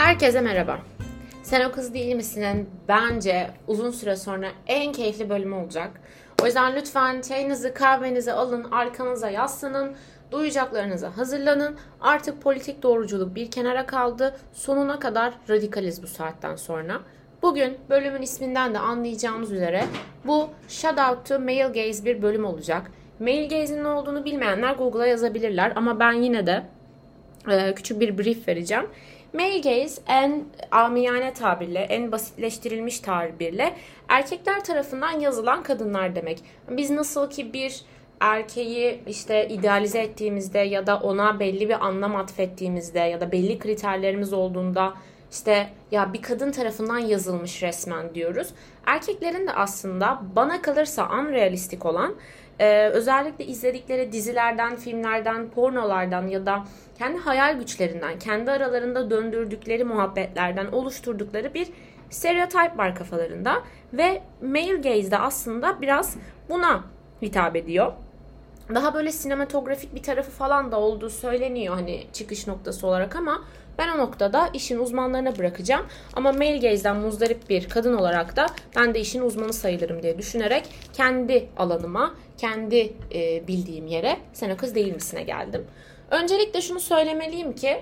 Herkese merhaba. Sen o kız değil misin'in bence uzun süre sonra en keyifli bölümü olacak. O yüzden lütfen çayınızı, kahvenizi alın, arkanıza yaslanın, duyacaklarınıza hazırlanın. Artık politik doğruculuk bir kenara kaldı. Sonuna kadar radikaliz bu saatten sonra. Bugün bölümün isminden de anlayacağımız üzere bu Shout Out to Male Gaze bir bölüm olacak. Male Gaze'in ne olduğunu bilmeyenler Google'a yazabilirler ama ben yine de küçük bir brief vereceğim. Male gaze en amiyane tabirle, en basitleştirilmiş tabirle erkekler tarafından yazılan kadınlar demek. Biz nasıl ki bir erkeği işte idealize ettiğimizde ya da ona belli bir anlam atfettiğimizde ya da belli kriterlerimiz olduğunda işte ya bir kadın tarafından yazılmış resmen diyoruz. Erkeklerin de aslında bana kalırsa unrealistik olan özellikle izledikleri dizilerden, filmlerden, pornolardan ya da kendi hayal güçlerinden, kendi aralarında döndürdükleri muhabbetlerden oluşturdukları bir stereotip var kafalarında. Ve male gaze de aslında biraz buna hitap ediyor. Daha böyle sinematografik bir tarafı falan da olduğu söyleniyor hani çıkış noktası olarak ama ben o noktada işin uzmanlarına bırakacağım. Ama male gaze'den muzdarip bir kadın olarak da ben de işin uzmanı sayılırım diye düşünerek kendi alanıma, kendi bildiğim yere Sen o kız değil misin'e geldim. Öncelikle şunu söylemeliyim ki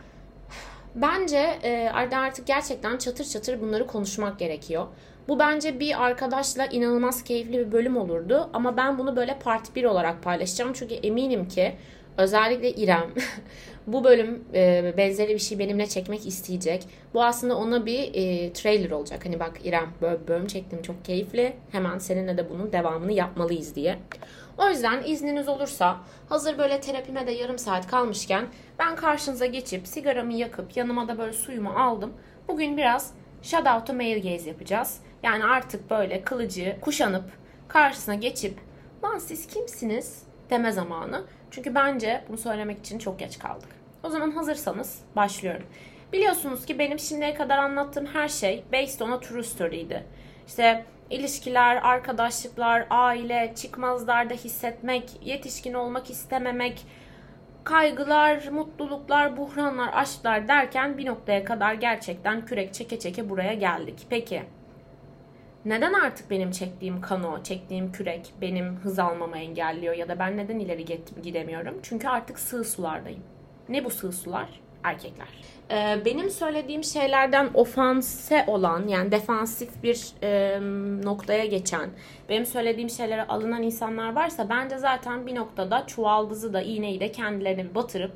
bence artık gerçekten çatır çatır bunları konuşmak gerekiyor. Bu bence bir arkadaşla inanılmaz keyifli bir bölüm olurdu ama ben bunu böyle part 1 olarak paylaşacağım. Çünkü eminim ki özellikle İrem bu bölüm benzeri bir şey benimle çekmek isteyecek. Bu aslında ona bir trailer olacak. Hani bak İrem böyle bölüm çektim çok keyifli. Hemen seninle de bunun devamını yapmalıyız diye. O yüzden izniniz olursa hazır böyle terapime de yarım saat kalmışken ben karşınıza geçip sigaramı yakıp yanıma da böyle suyumu aldım. Bugün biraz shout out to male gaze yapacağız. Yani artık böyle kılıcı kuşanıp karşısına geçip lan siz kimsiniz deme zamanı. Çünkü bence bunu söylemek için çok geç kaldık. O zaman hazırsanız başlıyorum. Biliyorsunuz ki benim şimdiye kadar anlattığım her şey based on a true story'ydi. İşte ilişkiler, arkadaşlıklar, aile, çıkmazlarda hissetmek, yetişkin olmak istememek, kaygılar, mutluluklar, buhranlar, aşklar derken bir noktaya kadar gerçekten kürek çeke çeke buraya geldik. Peki neden artık benim çektiğim kano, çektiğim kürek benim hız almamı engelliyor ya da ben neden ileri gidemiyorum? Çünkü artık sığ sulardayım. Ne bu sığ sular? Erkekler. Benim söylediğim şeylerden ofanse olan yani defansif bir noktaya geçen, benim söylediğim şeylere alınan insanlar varsa bence zaten bir noktada çuvaldızı da iğneyi de kendilerine batırıp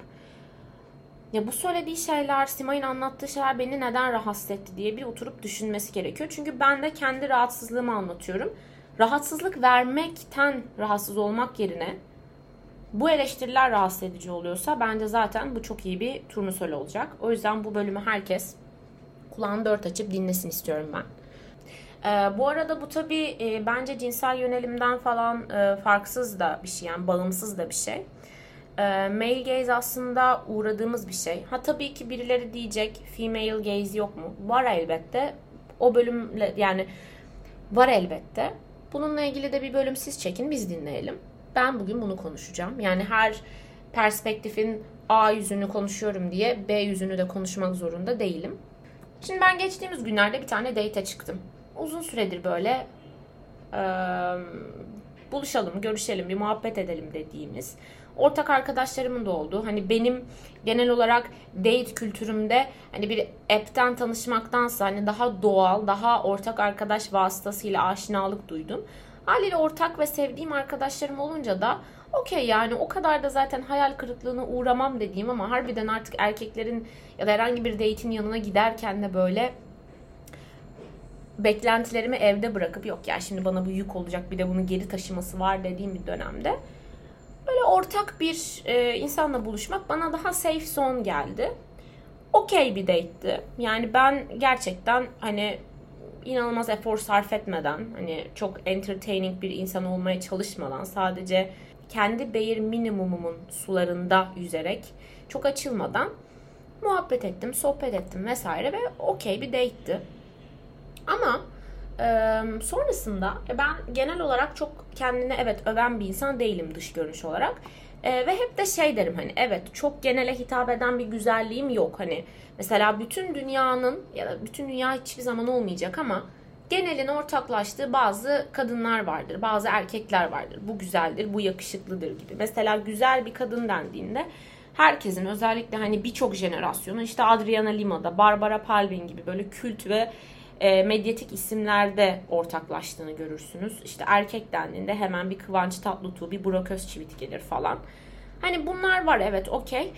ya bu söylediği şeyler, Simay'ın anlattığı şeyler beni neden rahatsız etti diye bir oturup düşünmesi gerekiyor. Çünkü ben de kendi rahatsızlığımı anlatıyorum. Rahatsızlık vermekten rahatsız olmak yerine bu eleştiriler rahatsız edici oluyorsa bence zaten bu çok iyi bir turnusol olacak. O yüzden bu bölümü herkes kulağını dört açıp dinlesin istiyorum ben. Bu arada bu tabii bence cinsel yönelimden falan farksız da bir şey yani bağımsız da bir şey. Male gaze aslında uğradığımız bir şey. Ha tabii ki birileri diyecek female gaze yok mu? Var elbette. O bölümle yani var elbette. Bununla ilgili de bir bölüm siz çekin biz dinleyelim. Ben bugün bunu konuşacağım. Yani her perspektifin A yüzünü konuşuyorum diye B yüzünü de konuşmak zorunda değilim. Şimdi ben geçtiğimiz günlerde bir tane date'e çıktım. Uzun süredir böyle buluşalım, görüşelim, bir muhabbet edelim dediğimiz ortak arkadaşlarımın da olduğu, hani benim genel olarak date kültürümde hani bir app'ten tanışmaktansa hani daha doğal, daha ortak arkadaş vasıtasıyla aşinalık duydum. Haliyle ortak ve sevdiğim arkadaşlarım olunca da okey yani o kadar da zaten hayal kırıklığına uğramam dediğim ama harbiden artık erkeklerin ya da herhangi bir date'in yanına giderken de böyle beklentilerimi evde bırakıp yok ya şimdi bana bu yük olacak bir de bunun geri taşıması var dediğim bir dönemde böyle ortak bir insanla buluşmak bana daha safe zone geldi. Okey bir date'ti. Yani ben gerçekten hani inanılmaz efor sarf etmeden hani çok entertaining bir insan olmaya çalışmadan sadece kendi bare minimumumun sularında yüzerek çok açılmadan muhabbet ettim, sohbet ettim vesaire ve okey bir date'ti. Ama Sonrasında ben genel olarak çok kendine evet öven bir insan değilim dış görünüş olarak. Ve hep de şey derim, hani evet çok genele hitap eden bir güzelliğim yok. Hani mesela bütün dünyanın ya da bütün dünya hiçbir zaman olmayacak ama genelin ortaklaştığı bazı kadınlar vardır, bazı erkekler vardır. Bu güzeldir, bu yakışıklıdır gibi. Mesela güzel bir kadın dendiğinde herkesin, özellikle hani birçok jenerasyonun işte Adriana Lima'da, Barbara Palvin gibi böyle kült ve medyatik isimlerde ortaklaştığını görürsünüz. İşte erkek dendiğinde hemen bir Kıvanç Tatlıtuğ, bir Burak Özçivit gelir falan. Hani bunlar var, evet, okey.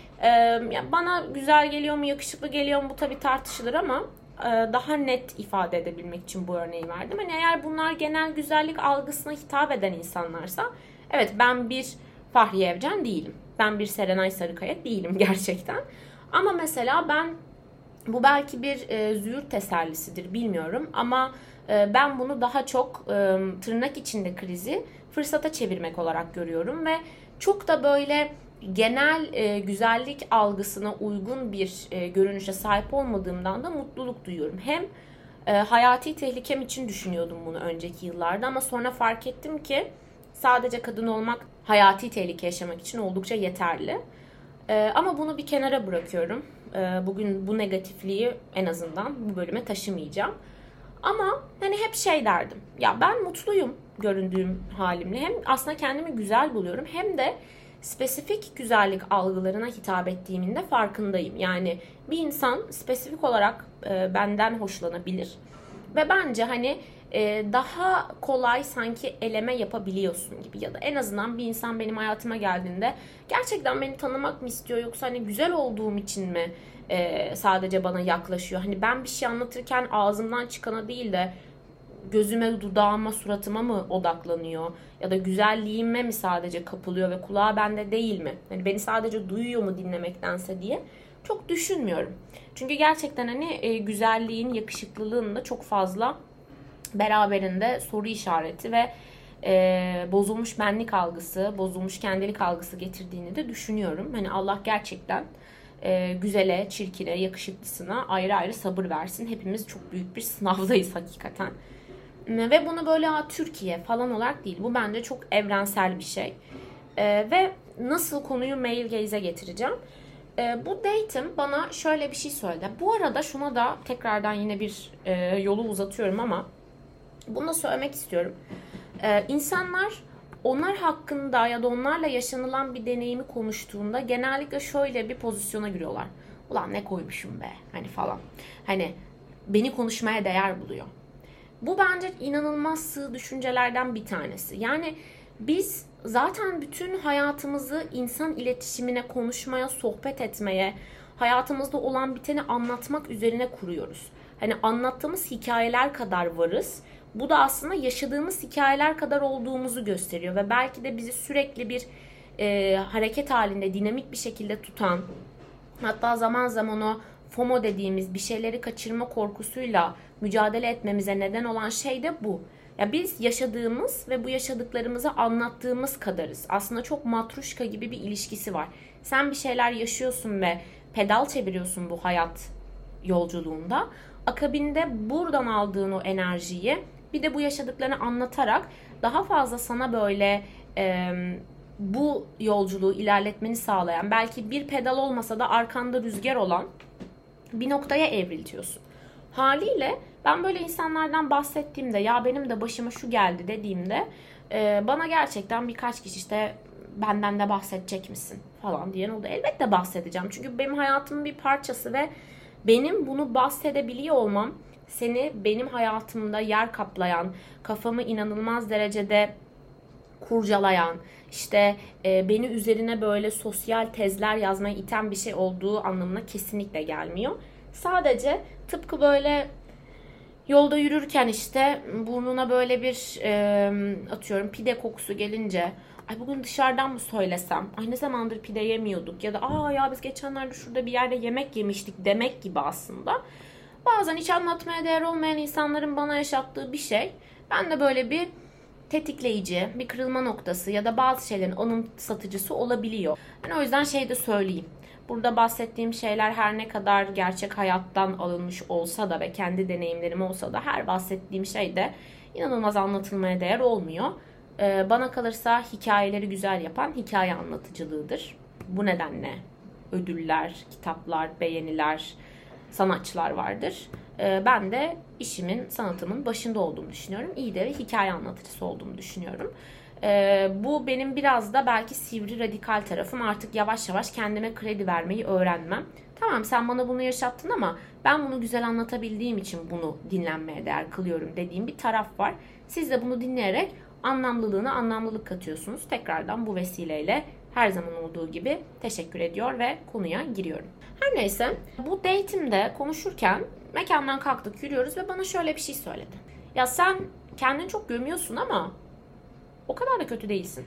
Bana güzel geliyor mu, yakışıklı geliyor mu, bu tabii tartışılır ama daha net ifade edebilmek için bu örneği verdim. Hani eğer bunlar genel güzellik algısına hitap eden insanlarsa, evet, ben bir Fahriye Evcen değilim. Ben bir Serenay Sarıkaya değilim gerçekten. Ama mesela ben, bu belki bir züğürt tesellisidir bilmiyorum ama ben bunu daha çok tırnak içinde krizi fırsata çevirmek olarak görüyorum ve çok da böyle genel güzellik algısına uygun bir görünüşe sahip olmadığımdan da mutluluk duyuyorum. Hem hayati tehlikem için düşünüyordum bunu önceki yıllarda ama sonra fark ettim ki sadece kadın olmak hayati tehlike yaşamak için oldukça yeterli. Ama bunu bir kenara bırakıyorum. Bugün bu negatifliği en azından bu bölüme taşımayacağım. Ama hani hep şey derdim. Ya ben mutluyum göründüğüm halimle. Hem aslında kendimi güzel buluyorum hem de spesifik güzellik algılarına hitap ettiğimin de farkındayım. Yani bir insan spesifik olarak benden hoşlanabilir. Ve bence hani daha kolay sanki eleme yapabiliyorsun gibi, ya da en azından bir insan benim hayatıma geldiğinde gerçekten beni tanımak mı istiyor, yoksa hani güzel olduğum için mi sadece bana yaklaşıyor? Hani ben bir şey anlatırken ağzımdan çıkana değil de gözüme, dudağıma, suratıma mı odaklanıyor? Ya da güzelliğime mi sadece kapılıyor ve kulağı bende değil mi? Hani beni sadece duyuyor mu dinlemektense diye çok düşünmüyorum. Çünkü gerçekten hani güzelliğin, yakışıklılığın da çok fazla beraberinde soru işareti ve bozulmuş benlik algısı, bozulmuş kendilik algısı getirdiğini de düşünüyorum. Hani Allah gerçekten güzele, çirkine, yakışıklısına ayrı ayrı sabır versin. Hepimiz çok büyük bir sınavdayız hakikaten. Ve bunu böyle Türkiye falan olarak değil. Bu bence çok evrensel bir şey. Ve nasıl konuyu male gaze'e getireceğim? Bu date'im bana şöyle bir şey söyledi. Bu arada şuna da tekrardan yine bir yolu uzatıyorum ama bunu da söylemek istiyorum. İnsanlar onlar hakkında ya da onlarla yaşanılan bir deneyimi konuştuğunda genellikle şöyle bir pozisyona giriyorlar. Ulan ne koymuşum be hani falan. Hani beni konuşmaya değer buluyor. Bu bence inanılmaz sığ düşüncelerden bir tanesi. Yani biz zaten bütün hayatımızı insan iletişimine, konuşmaya, sohbet etmeye, hayatımızda olan biteni anlatmak üzerine kuruyoruz. Hani anlattığımız hikayeler kadar varız. Bu da aslında yaşadığımız hikayeler kadar olduğumuzu gösteriyor ve belki de bizi sürekli bir hareket halinde, dinamik bir şekilde tutan, hatta zaman zaman o FOMO dediğimiz bir şeyleri kaçırma korkusuyla mücadele etmemize neden olan şey de bu. Ya biz yaşadığımız ve bu yaşadıklarımızı anlattığımız kadarız. Aslında çok matruşka gibi bir ilişkisi var. Sen bir şeyler yaşıyorsun ve pedal çeviriyorsun bu hayat yolculuğunda. Akabinde buradan aldığın o enerjiyi bir de bu yaşadıklarını anlatarak daha fazla sana böyle bu yolculuğu ilerletmeni sağlayan, belki bir pedal olmasa da arkanda rüzgar olan bir noktaya evriltiyorsun. Haliyle ben böyle insanlardan bahsettiğimde, ya benim de başıma şu geldi dediğimde bana gerçekten birkaç kişi işte benden de bahsedecek misin falan diyen oldu. Elbette bahsedeceğim. Çünkü benim hayatımın bir parçası ve benim bunu bahsedebiliyor olmam seni benim hayatımda yer kaplayan, kafamı inanılmaz derecede kurcalayan, işte beni üzerine böyle sosyal tezler yazmaya iten bir şey olduğu anlamına kesinlikle gelmiyor. Sadece tıpkı böyle yolda yürürken işte burnuna böyle bir atıyorum pide kokusu gelince, ay bugün dışarıdan mı söylesem, ay ne zamandır pide yemiyorduk ya da ya biz geçenlerde şurada bir yerde yemek yemiştik demek gibi aslında. Bazen hiç anlatmaya değer olmayan insanların bana yaşattığı bir şey, ben de böyle bir tetikleyici, bir kırılma noktası ya da bazı şeylerin anımsatıcısı olabiliyor. Yani o yüzden şey de söyleyeyim. Burada bahsettiğim şeyler her ne kadar gerçek hayattan alınmış olsa da ve kendi deneyimlerim olsa da her bahsettiğim şey de inanılmaz anlatılmaya değer olmuyor. Bana kalırsa hikayeleri güzel yapan hikaye anlatıcılığıdır. Bu nedenle ödüller, kitaplar, beğeniler, sanatçılar vardır. Ben de işimin, sanatımın başında olduğumu düşünüyorum. İyi de hikaye anlatıcısı olduğumu düşünüyorum. Bu benim biraz da belki sivri radikal tarafım. Artık yavaş yavaş kendime kredi vermeyi öğrenmem. Tamam, sen bana bunu yaşattın ama ben bunu güzel anlatabildiğim için bunu dinlenmeye değer kılıyorum dediğim bir taraf var. Siz de bunu dinleyerek anlamlılığına anlamlılık katıyorsunuz. Tekrardan bu vesileyle her zaman olduğu gibi teşekkür ediyor ve konuya giriyorum. Her neyse, bu date'imde konuşurken mekandan kalktık, yürüyoruz ve bana şöyle bir şey söyledi. Ya sen kendini çok gömüyorsun ama o kadar da kötü değilsin.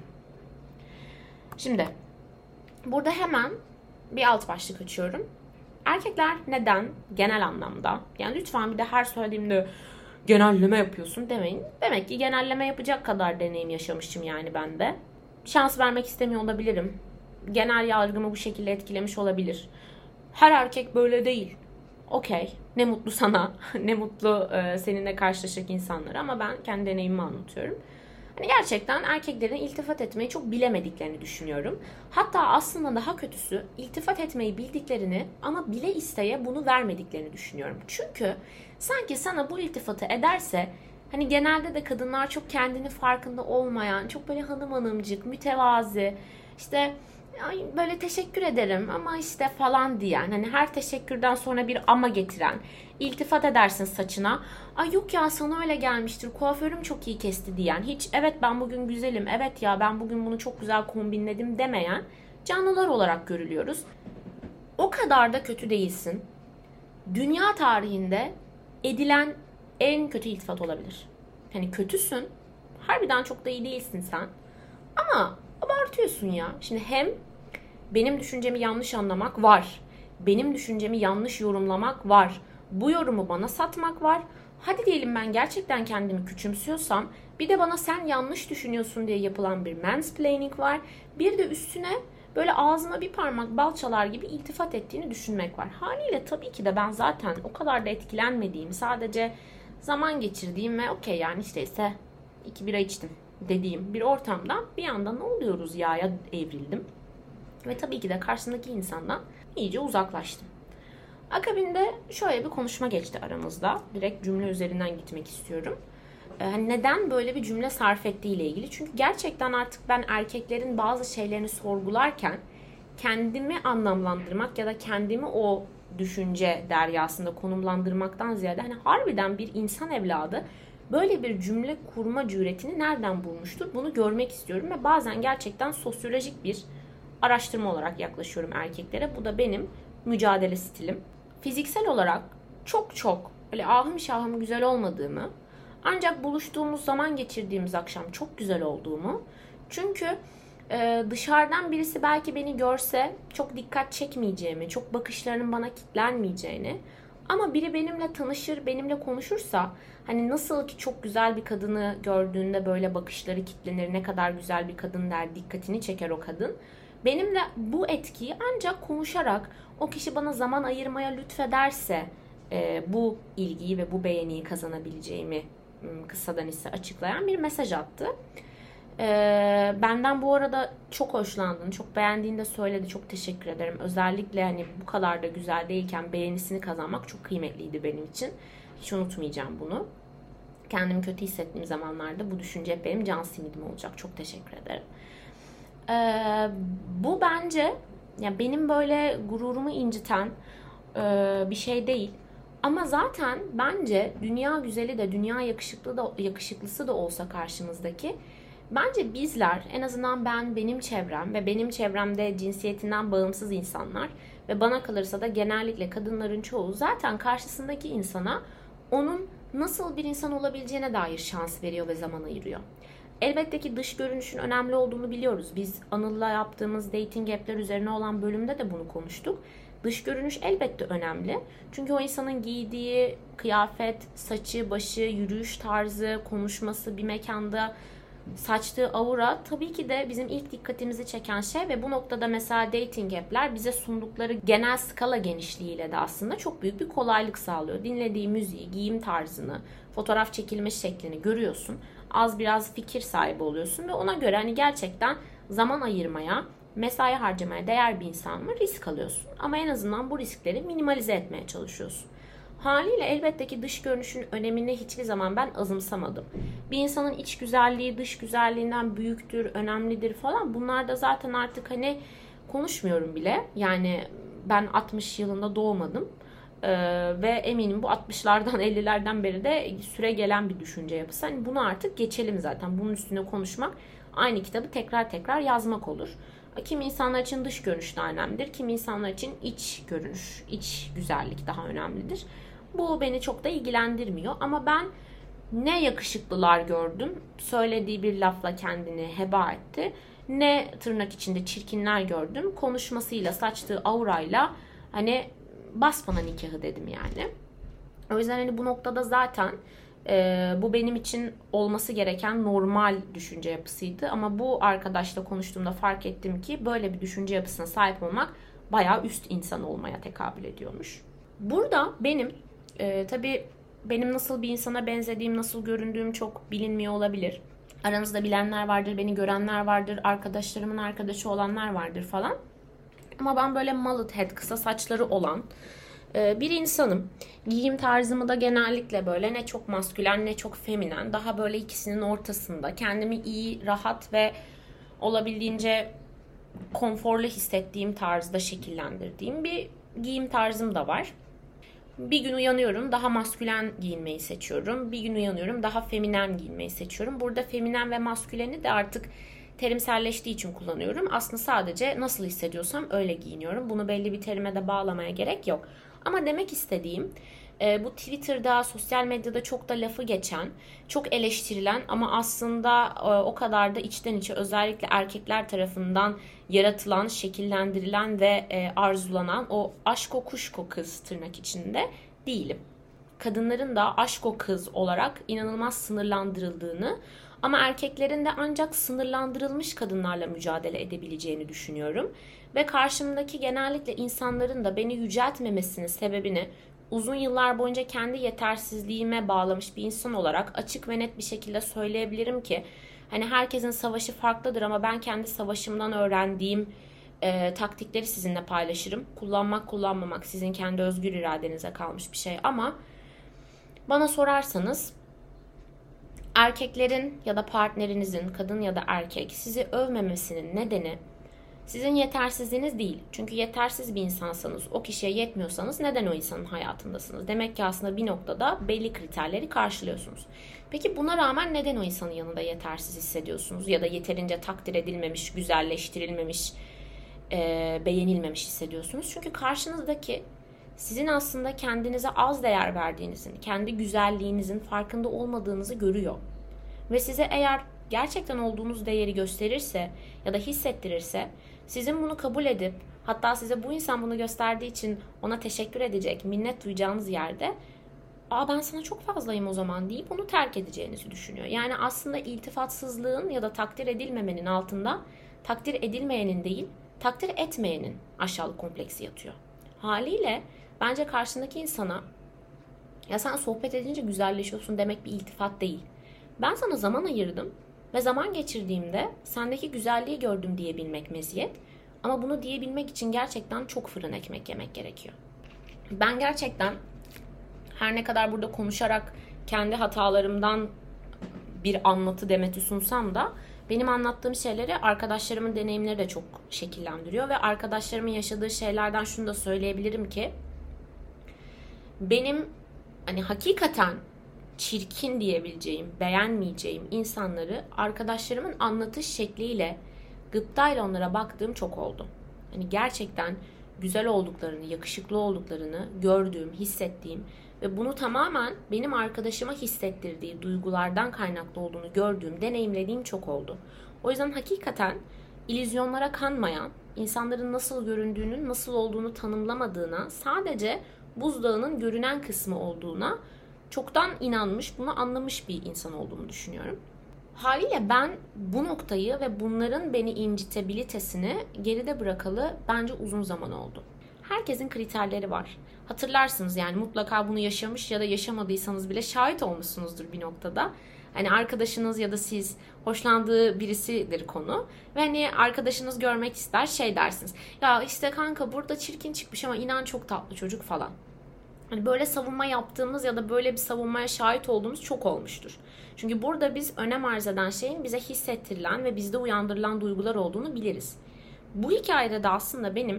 Şimdi burada hemen bir alt başlık açıyorum. Erkekler neden genel anlamda, yani lütfen bir de her söylediğimde genelleme yapıyorsun demeyin. Demek ki genelleme yapacak kadar deneyim yaşamışım yani ben de. Şans vermek istemiyor olabilirim. Genel yargımı bu şekilde etkilemiş olabilir. Her erkek böyle değil. Okey. Ne mutlu sana. Ne mutlu seninle karşılaşacak insanlara ama ben kendi deneyimimi anlatıyorum. Hani gerçekten erkeklerin iltifat etmeyi çok bilemediklerini düşünüyorum. Hatta aslında daha kötüsü iltifat etmeyi bildiklerini ama bile isteye bunu vermediklerini düşünüyorum. Çünkü sanki sana bu iltifatı ederse hani genelde de kadınlar çok kendini farkında olmayan, çok böyle hanım hanımcık, mütevazi, işte ay böyle teşekkür ederim ama işte falan diyen, hani her teşekkürden sonra bir ama getiren, iltifat edersin saçına, ay yok ya sana öyle gelmiştir, kuaförüm çok iyi kesti diyen, hiç evet ben bugün güzelim, evet ya ben bugün bunu çok güzel kombinledim demeyen canlılar olarak görülüyoruz. O kadar da kötü değilsin. Dünya tarihinde edilen en kötü iltifat olabilir. Hani kötüsün, harbiden çok da iyi değilsin sen ama abartıyorsun ya. Şimdi hem benim düşüncemi yanlış anlamak var. Benim düşüncemi yanlış yorumlamak var. Bu yorumu bana satmak var. Hadi diyelim ben gerçekten kendimi küçümsüyorsam bir de bana sen yanlış düşünüyorsun diye yapılan bir mansplaining var. Bir de üstüne böyle ağzıma bir parmak bal çalar gibi iltifat ettiğini düşünmek var. Haliyle tabii ki de ben zaten o kadar da etkilenmediğim, sadece zaman geçirdiğim ve okey yani işteyse 2 bira içtim dediğim bir ortamdan bir anda ne oluyoruz ya evrildim. Ve tabii ki de karşısındaki insandan iyice uzaklaştım. Akabinde şöyle bir konuşma geçti aramızda. Direkt cümle üzerinden gitmek istiyorum. Neden böyle bir cümle sarf ettiği ile ilgili. Çünkü gerçekten artık ben erkeklerin bazı şeylerini sorgularken kendimi anlamlandırmak ya da kendimi o düşünce deryasında konumlandırmaktan ziyade hani harbiden bir insan evladı böyle bir cümle kurma cüretini nereden bulmuştur? Bunu görmek istiyorum ve bazen gerçekten sosyolojik bir araştırma olarak yaklaşıyorum erkeklere. Bu da benim mücadele stilim. Fiziksel olarak çok böyle ahım şahım güzel olmadığımı, ancak buluştuğumuz zaman geçirdiğimiz akşam çok güzel olduğumu, çünkü dışarıdan birisi belki beni görse çok dikkat çekmeyeceğimi, çok bakışlarının bana kitlenmeyeceğini, ama biri benimle tanışır, benimle konuşursa hani nasıl ki çok güzel bir kadını gördüğünde böyle bakışları kitlenir, ne kadar güzel bir kadın der, dikkatini çeker o kadın. Benimle bu etkiyi ancak konuşarak, o kişi bana zaman ayırmaya lütfederse bu ilgiyi ve bu beğeniyi kazanabileceğimi kısadan ise açıklayan bir mesaj attı. Benden bu arada çok hoşlandığını, çok beğendiğini de söyledi. Çok teşekkür ederim. Özellikle hani bu kadar da güzel değilken beğenisini kazanmak çok kıymetliydi benim için. Hiç unutmayacağım bunu. Kendimi kötü hissettiğim zamanlarda bu düşünce hep benim can simidim olacak. Çok teşekkür ederim. Bu bence ya benim böyle gururumu inciten bir şey değil. Ama zaten bence dünya güzeli de dünya yakışıklısı da olsa karşımızdaki, bence bizler, en azından ben, benim çevrem ve benim çevremde cinsiyetinden bağımsız insanlar ve bana kalırsa da genellikle kadınların çoğu zaten karşısındaki insana onun nasıl bir insan olabileceğine dair şans veriyor ve zaman ayırıyor. Elbette ki dış görünüşün önemli olduğunu biliyoruz. Biz Anıl'la yaptığımız dating app'ler üzerine olan bölümde de bunu konuştuk. Dış görünüş elbette önemli. Çünkü o insanın giydiği kıyafet, saçı, başı, yürüyüş tarzı, konuşması, bir mekanda saçtığı aura tabii ki de bizim ilk dikkatimizi çeken şey ve bu noktada mesela dating app'ler bize sundukları genel skala genişliğiyle de aslında çok büyük bir kolaylık sağlıyor. Dinlediği müziği, giyim tarzını, fotoğraf çekilme şeklini görüyorsun. Az biraz fikir sahibi oluyorsun ve ona göre hani gerçekten zaman ayırmaya, mesai harcamaya değer bir insan mı, risk alıyorsun. Ama en azından bu riskleri minimalize etmeye çalışıyorsun. Haliyle elbette ki dış görünüşün önemini hiçbir zaman ben azımsamadım. Bir insanın iç güzelliği dış güzelliğinden büyüktür, önemlidir falan. Bunlar da zaten artık hani konuşmuyorum bile. Yani ben 60 yılında doğmadım. Ve eminim bu 60'lardan 50'lerden beri de süre gelen bir düşünce yapısı. Hani bunu artık geçelim zaten. Bunun üstüne konuşmak aynı kitabı tekrar tekrar yazmak olur. Kimi insanlar için dış görünüş daha önemlidir. Kimi insanlar için iç görünüş, iç güzellik daha önemlidir. Bu beni çok da ilgilendirmiyor. Ama ben ne yakışıklılar gördüm, söylediği bir lafla kendini heba etti. Ne tırnak içinde çirkinler gördüm, konuşmasıyla, saçtığı aurayla hani bas bana nikahı dedim yani. O yüzden hani bu noktada zaten bu benim için olması gereken normal düşünce yapısıydı. Ama bu arkadaşla konuştuğumda fark ettim ki böyle bir düşünce yapısına sahip olmak bayağı üst insan olmaya tekabül ediyormuş. Burada benim tabii benim nasıl bir insana benzediğim, nasıl göründüğüm çok bilinmiyor olabilir. Aranızda bilenler vardır, beni görenler vardır, arkadaşlarımın arkadaşı olanlar vardır falan. Ama ben böyle mullet head, kısa saçları olan bir insanım. Giyim tarzımı da genellikle böyle ne çok maskülen ne çok feminen. Daha böyle ikisinin ortasında. Kendimi iyi, rahat ve olabildiğince konforlu hissettiğim tarzda şekillendirdiğim bir giyim tarzım da var. Bir gün uyanıyorum daha maskülen giyinmeyi seçiyorum. Bir gün uyanıyorum daha feminen giyinmeyi seçiyorum. Burada feminen ve masküleni de artık terimselleştiği için kullanıyorum. Aslında sadece nasıl hissediyorsam öyle giyiniyorum. Bunu belli bir terime de bağlamaya gerek yok. Ama demek istediğim bu Twitter'da, sosyal medyada çok da lafı geçen, çok eleştirilen ama aslında o kadar da içten içe özellikle erkekler tarafından yaratılan, şekillendirilen ve arzulanan o aşko kuşko kız tırnak içinde değilim. Kadınların da aşko kız olarak inanılmaz sınırlandırıldığını ama erkeklerin de ancak sınırlandırılmış kadınlarla mücadele edebileceğini düşünüyorum. Ve karşımdaki genellikle insanların da beni yüceltmemesinin sebebini uzun yıllar boyunca kendi yetersizliğime bağlamış bir insan olarak açık ve net bir şekilde söyleyebilirim ki hani herkesin savaşı farklıdır ama ben kendi savaşımdan öğrendiğim taktikleri sizinle paylaşırım. Kullanmak kullanmamak sizin kendi özgür iradenize kalmış bir şey ama bana sorarsanız erkeklerin ya da partnerinizin, kadın ya da erkek, sizi övmemesinin nedeni sizin yetersizliğiniz değil. Çünkü yetersiz bir insansanız, o kişiye yetmiyorsanız neden o insanın hayatındasınız? Demek ki aslında bir noktada belli kriterleri karşılıyorsunuz. Peki buna rağmen neden o insanın yanında yetersiz hissediyorsunuz? Ya da yeterince takdir edilmemiş, güzelleştirilmemiş, beğenilmemiş hissediyorsunuz? Çünkü karşınızdaki sizin aslında kendinize az değer verdiğinizin, kendi güzelliğinizin farkında olmadığınızı görüyor. Ve size eğer gerçekten olduğunuz değeri gösterirse ya da hissettirirse sizin bunu kabul edip hatta size bu insan bunu gösterdiği için ona teşekkür edecek, minnet duyacağınız yerde ben sana çok fazlayım o zaman deyip onu terk edeceğinizi düşünüyor. Yani aslında iltifatsızlığın ya da takdir edilmemenin altında takdir edilmeyenin değil, takdir etmeyenin aşağılık kompleksi yatıyor. Haliyle bence karşındaki insana ya sen sohbet edince güzelleşiyorsun demek bir iltifat değil. Ben sana zaman ayırdım ve zaman geçirdiğimde sendeki güzelliği gördüm diyebilmek meziyet. Ama bunu diyebilmek için gerçekten çok fırın ekmek yemek gerekiyor. Ben gerçekten her ne kadar burada konuşarak kendi hatalarımdan bir anlatı demeti sunsam da benim anlattığım şeyleri arkadaşlarımın deneyimleri de çok şekillendiriyor ve arkadaşlarımın yaşadığı şeylerden şunu da söyleyebilirim ki benim hani hakikaten çirkin diyebileceğim, beğenmeyeceğim insanları arkadaşlarımın anlatış şekliyle, gıptayla onlara baktığım çok oldu. Hani gerçekten güzel olduklarını, yakışıklı olduklarını gördüğüm, hissettiğim ve bunu tamamen benim arkadaşıma hissettirdiği duygulardan kaynaklı olduğunu gördüğüm, deneyimlediğim çok oldu. O yüzden hakikaten illüzyonlara kanmayan, insanların nasıl göründüğünün, nasıl olduğunu tanımlamadığına, sadece buzdağının görünen kısmı olduğuna çoktan inanmış, bunu anlamış bir insan olduğumu düşünüyorum. Haliyle ben bu noktayı ve bunların beni incitebilitesini geride bırakalı bence uzun zaman oldu. Herkesin kriterleri var. Hatırlarsınız yani mutlaka bunu yaşamış ya da yaşamadıysanız bile şahit olmuşsunuzdur bir noktada. Hani arkadaşınız ya da siz hoşlandığı birisidir konu. Ve hani arkadaşınız görmek ister şey dersiniz. Ya işte kanka burada çirkin çıkmış ama inan çok tatlı çocuk falan. Hani böyle savunma yaptığımız ya da böyle bir savunmaya şahit olduğumuz çok olmuştur. Çünkü burada biz önem arz eden şeyin bize hissettirilen ve bizde uyandırılan duygular olduğunu biliriz. Bu hikayede de aslında benim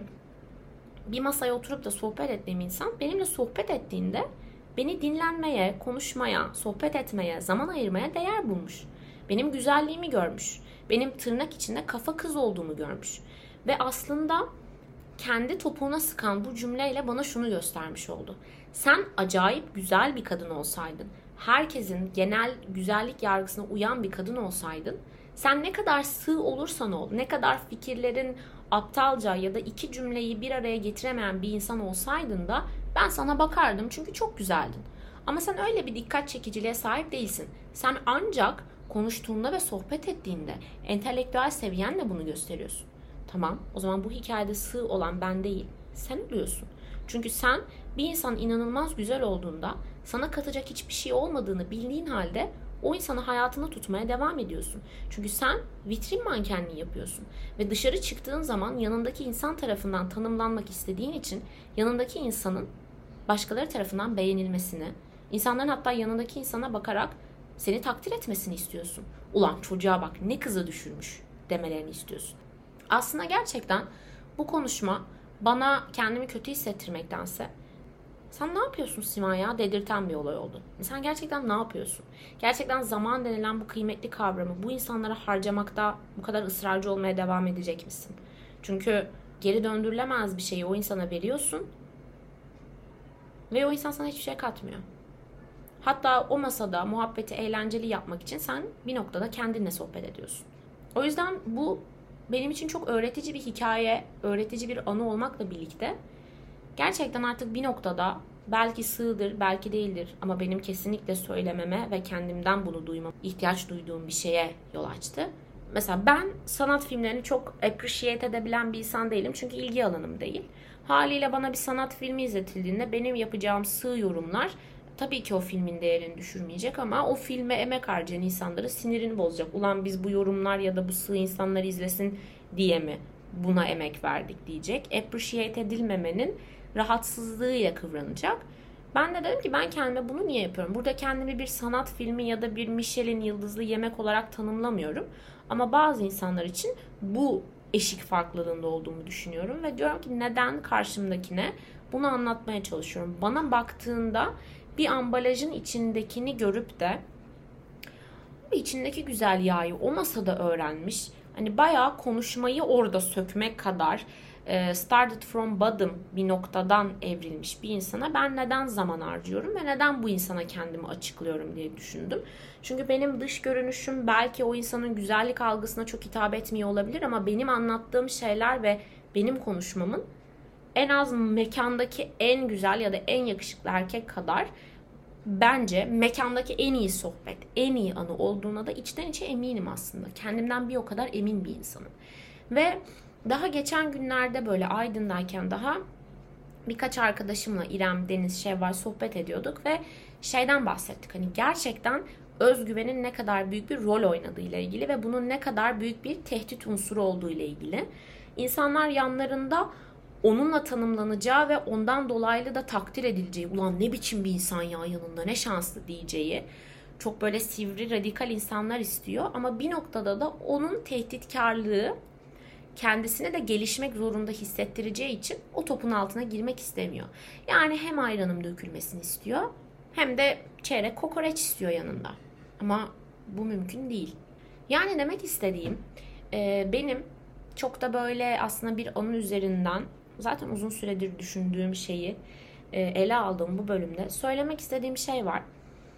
bir masaya oturup da sohbet ettiğim insan benimle sohbet ettiğinde beni dinlenmeye, konuşmaya, sohbet etmeye, zaman ayırmaya değer bulmuş. Benim güzelliğimi görmüş. Benim tırnak içinde kafa kız olduğumu görmüş. Ve aslında kendi topuğuna sıkan bu cümleyle bana şunu göstermiş oldu. Sen acayip güzel bir kadın olsaydın, herkesin genel güzellik yargısına uyan bir kadın olsaydın, sen ne kadar sığ olursan ol, ne kadar fikirlerin aptalca ya da iki cümleyi bir araya getiremeyen bir insan olsaydın da ben sana bakardım çünkü çok güzeldin. Ama sen öyle bir dikkat çekiciliğe sahip değilsin. Sen ancak konuştuğunda ve sohbet ettiğinde entelektüel seviyenle bunu gösteriyorsun. Tamam, o zaman bu hikayede sığ olan ben değil, sen oluyorsun. Çünkü sen bir insan inanılmaz güzel olduğunda sana katacak hiçbir şey olmadığını bildiğin halde o insanı hayatında tutmaya devam ediyorsun. Çünkü sen vitrin mankenliği yapıyorsun. Ve dışarı çıktığın zaman yanındaki insan tarafından tanımlanmak istediğin için yanındaki insanın başkaları tarafından beğenilmesini, insanların hatta yanındaki insana bakarak seni takdir etmesini istiyorsun. Ulan çocuğa bak ne kıza düşürmüş demelerini istiyorsun. Aslında gerçekten bu konuşma bana kendimi kötü hissettirmektense sen ne yapıyorsun Simay ya dedirten bir olay oldu. Sen gerçekten ne yapıyorsun? Gerçekten zaman denilen bu kıymetli kavramı bu insanlara harcamakta bu kadar ısrarcı olmaya devam edecek misin? Çünkü geri döndürülemez bir şeyi o insana veriyorsun ve o insan sana hiçbir şey katmıyor. Hatta o masada muhabbeti eğlenceli yapmak için sen bir noktada kendinle sohbet ediyorsun. O yüzden bu benim için çok öğretici bir hikaye, öğretici bir anı olmakla birlikte gerçekten artık bir noktada belki sığdır, belki değildir ama benim kesinlikle söylememe ve kendimden bunu duymam, ihtiyaç duyduğum bir şeye yol açtı. Mesela ben sanat filmlerini çok appreciate edebilen bir insan değilim çünkü ilgi alanım değil. Haliyle bana bir sanat filmi izletildiğinde benim yapacağım sığ yorumlar tabii ki o filmin değerini düşürmeyecek ama o filme emek harcayan insanların sinirini bozacak. Ulan biz bu yorumlar ya da bu sığ insanlar izlesin diye mi buna emek verdik diyecek. Appreciate edilmemenin rahatsızlığıyla kıvranacak. Ben de dedim ki ben kendime bunu niye yapıyorum? Burada kendimi bir sanat filmi ya da bir Michelin yıldızlı yemek olarak tanımlamıyorum. Ama bazı insanlar için bu eşik farklılığında olduğumu düşünüyorum. Ve diyorum ki neden karşımdakine bunu anlatmaya çalışıyorum. Bana baktığında bir ambalajın içindekini görüp de içindeki güzel yağı o masada öğrenmiş. Hani bayağı konuşmayı orada sökmek kadar started from bottom bir noktadan evrilmiş bir insana ben neden zaman harcıyorum ve neden bu insana kendimi açıklıyorum diye düşündüm. Çünkü benim dış görünüşüm belki o insanın güzellik algısına çok hitap etmiyor olabilir ama benim anlattığım şeyler ve benim konuşmamın en az mekandaki en güzel ya da en yakışıklı erkek kadar bence mekandaki en iyi sohbet, en iyi anı olduğuna da içten içe eminim aslında. Kendimden bir o kadar emin bir insanım. Ve daha geçen günlerde böyle Aydın'dayken daha birkaç arkadaşımla İrem, Deniz, Şevval sohbet ediyorduk ve şeyden bahsettik. Hani gerçekten özgüvenin ne kadar büyük bir rol oynadığı ile ilgili ve bunun ne kadar büyük bir tehdit unsuru olduğu ile ilgili. İnsanlar yanlarında onunla tanımlanacağı ve ondan dolaylı da takdir edileceği, ulan ne biçim bir insan ya yanında ne şanslı diyeceği çok böyle sivri radikal insanlar istiyor. Ama bir noktada da onun tehditkarlığı kendisine de gelişmek zorunda hissettireceği için o topun altına girmek istemiyor. Yani hem ayranım dökülmesini istiyor hem de çeyrek kokoreç istiyor yanında. Ama bu mümkün değil. Yani demek istediğim benim çok da böyle aslında bir anı üzerinden zaten uzun süredir düşündüğüm şeyi ele aldığım bu bölümde söylemek istediğim şey var.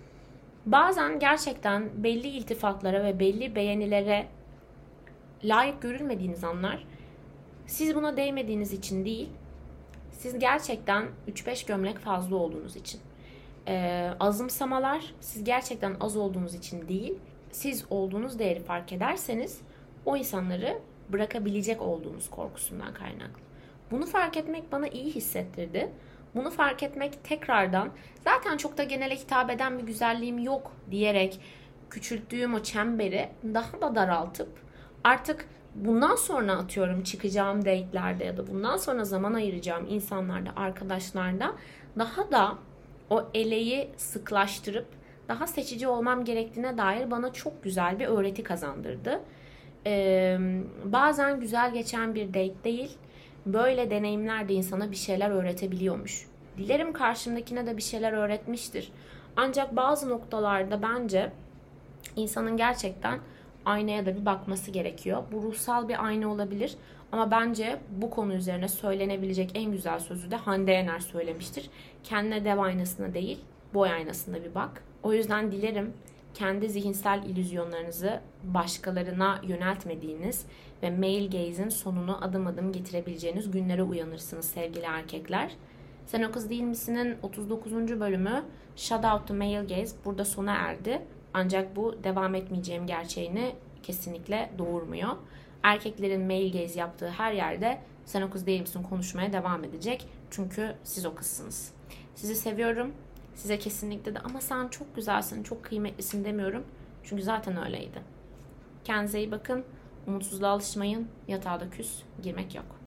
Bazen gerçekten belli iltifatlara ve belli beğenilere layık görülmediğiniz anlar siz buna değmediğiniz için değil, siz gerçekten 3-5 gömlek fazla olduğunuz için. Azımsamalar siz gerçekten az olduğunuz için değil, siz olduğunuz değeri fark ederseniz o insanları bırakabilecek olduğunuz korkusundan kaynaklı. Bunu fark etmek bana iyi hissettirdi. Bunu fark etmek tekrardan zaten çok da genele hitap eden bir güzelliğim yok diyerek küçülttüğüm o çemberi daha da daraltıp artık bundan sonra atıyorum çıkacağım date'lerde ya da bundan sonra zaman ayıracağım insanlarda, arkadaşlarda daha da o eleği sıklaştırıp daha seçici olmam gerektiğine dair bana çok güzel bir öğreti kazandırdı. Bazen güzel geçen bir date değil, böyle deneyimler de insana bir şeyler öğretebiliyormuş. Dilerim karşımdakine de bir şeyler öğretmiştir. Ancak bazı noktalarda bence insanın gerçekten aynaya da bir bakması gerekiyor. Bu ruhsal bir ayna olabilir ama bence bu konu üzerine söylenebilecek en güzel sözü de Hande Yener söylemiştir. Kendine dev aynasına değil, boy aynasına bir bak. O yüzden dilerim kendi zihinsel illüzyonlarınızı başkalarına yöneltmediğiniz ve male gaze'in sonunu adım adım getirebileceğiniz günlere uyanırsınız sevgili erkekler. Sen o kız değil misin'in 39. bölümü Shout Out to Male Gaze burada sona erdi. Ancak bu devam etmeyeceğim gerçeğini kesinlikle doğurmuyor. Erkeklerin male gaze yaptığı her yerde sen o kız değil misin konuşmaya devam edecek. Çünkü siz o kızsınız. Sizi seviyorum. Size kesinlikle de ama sen çok güzelsin, çok kıymetlisin demiyorum. Çünkü zaten öyleydi. Kendinize iyi bakın. Umutsuzluğa alışmayın. Yatağa da küs, girmek yok.